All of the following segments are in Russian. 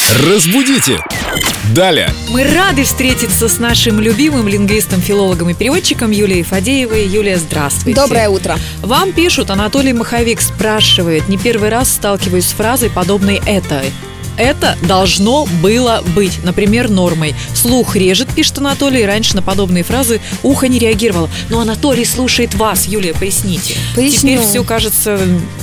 Разбудите! Далее! Мы рады встретиться с нашим любимым лингвистом, филологом и переводчиком Юлией Фадеевой. Юлия, здравствуйте. Доброе утро. Вам пишут, Анатолий Маховик спрашивает: не первый раз сталкиваюсь с фразой, подобной этой. Это должно было быть, например, нормой. Слух режет, пишет Анатолий. Раньше на подобные фразы ухо не реагировало. Но Анатолий слушает вас. Юлия, поясните. Поясню. Теперь все кажется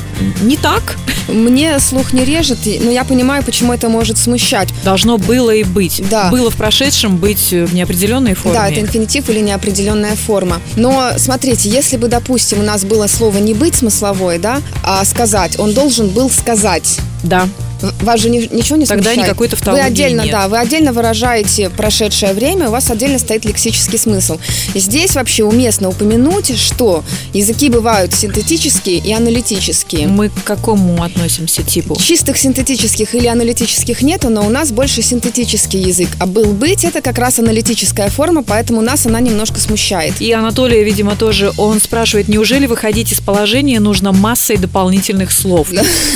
не так. Мне слух не режет, но я понимаю, почему это может смущать. Должно было и быть. Да. Было в прошедшем, быть в неопределенной форме. Да, это инфинитив или неопределенная форма. Но смотрите, если бы, допустим, у нас было слово «не быть» смысловое, да, а «сказать», он должен был сказать. Да. Вас же ничего не смущает? Тогда никакой тавтологии вы отдельно, нет. Да, вы отдельно выражаете прошедшее время, у вас отдельно стоит лексический смысл. И здесь вообще уместно упомянуть, что языки бывают синтетические и аналитические. Мы к какому относимся типу? Чистых синтетических или аналитических нету, но у нас больше синтетический язык. А был быть — это как раз аналитическая форма, поэтому нас она немножко смущает. И Анатолий, видимо, тоже, он спрашивает, неужели выходить из положения нужно массой дополнительных слов?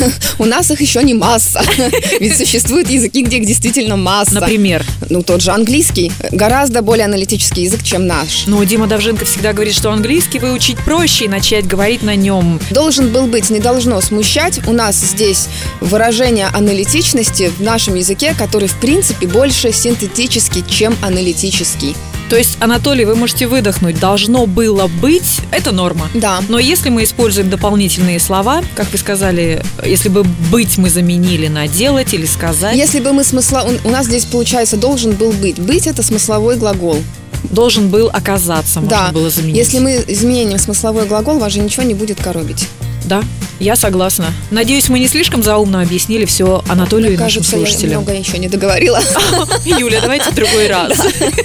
У нас их еще не масса. Ведь существуют языки, где их действительно масса. Например? Тот же английский гораздо более аналитический язык, чем наш. Ну, Дима Довженко всегда говорит, что английский выучить проще и начать говорить на нем. Должен был быть, не должно смущать. У нас здесь выражение аналитичности в нашем языке, который, в принципе, больше синтетический, чем аналитический. То есть, Анатолий, вы можете выдохнуть. Должно было быть – это норма. Да. Но если мы используем дополнительные слова, как вы сказали, если бы «быть» мы заменили на «делать» или «сказать». Если бы мы у нас здесь, получается, должен был быть. Быть – это смысловой глагол. Должен был оказаться, можно было заменить. Если мы изменим смысловой глагол, вас же ничего не будет коробить. Да, я согласна. Надеюсь, мы не слишком заумно объяснили все Анатолию и нашим слушателям. Я много еще не договорила. Юля, давайте в другой раз.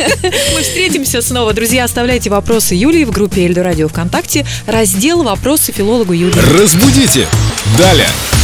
Мы встретимся снова. Друзья, оставляйте вопросы Юлии в группе Эльдо Радио ВКонтакте. Раздел «Вопросы филологу Юлии». Разбудите! Далее!